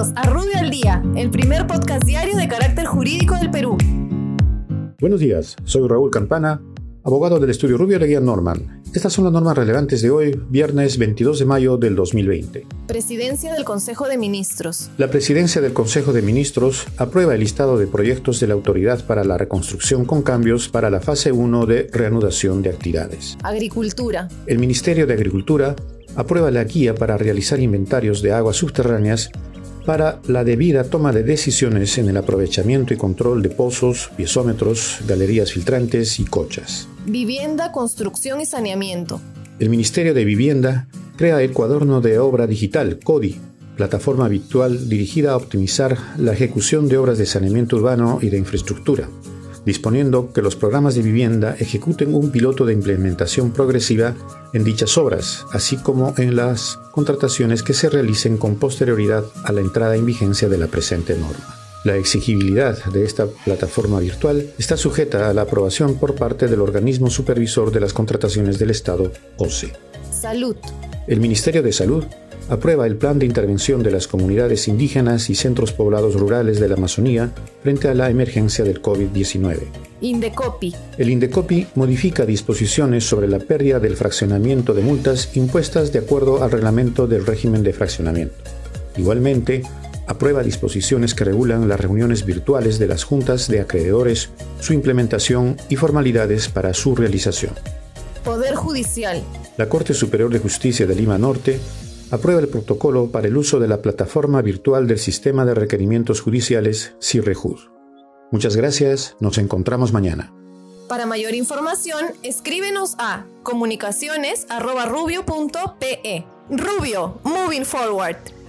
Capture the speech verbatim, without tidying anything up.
Bienvenidos a Rubio al Día, el primer podcast diario de carácter jurídico del Perú. Buenos días, soy Raúl Campana, abogado del estudio Rubio Leguía Norman. Estas son las normas relevantes de hoy, viernes veintidós de mayo del dos mil veinte. Presidencia del Consejo de Ministros. La Presidencia del Consejo de Ministros aprueba el listado de proyectos de la Autoridad para la Reconstrucción con cambios para la fase uno de reanudación de actividades. Agricultura. El Ministerio de Agricultura aprueba la guía para realizar inventarios de aguas subterráneas para la debida toma de decisiones en el aprovechamiento y control de pozos, piezómetros, galerías filtrantes y cochas. Vivienda, construcción y saneamiento. El Ministerio de Vivienda crea el Cuaderno de Obra Digital, CODI, plataforma virtual dirigida a optimizar la ejecución de obras de saneamiento urbano y de infraestructura, disponiendo que los programas de vivienda ejecuten un piloto de implementación progresiva en dichas obras, así como en las contrataciones que se realicen con posterioridad a la entrada en vigencia de la presente norma. La exigibilidad de esta plataforma virtual está sujeta a la aprobación por parte del organismo supervisor de las contrataciones del Estado, O C E. Salud. El Ministerio de Salud aprueba el plan de intervención de las comunidades indígenas y centros poblados rurales de la Amazonía frente a la emergencia del COVID diecinueve. Indecopi. El Indecopi modifica disposiciones sobre la pérdida del fraccionamiento de multas impuestas de acuerdo al reglamento del régimen de fraccionamiento. Igualmente, aprueba disposiciones que regulan las reuniones virtuales de las juntas de acreedores, su implementación y formalidades para su realización. Poder Judicial. La Corte Superior de Justicia de Lima Norte aprueba el protocolo para el uso de la plataforma virtual del Sistema de Requerimientos Judiciales, SIRREJUD. Muchas gracias, nos encontramos mañana. Para mayor información, escríbenos a comunicaciones arroba rubio punto pe. Rubio, moving forward.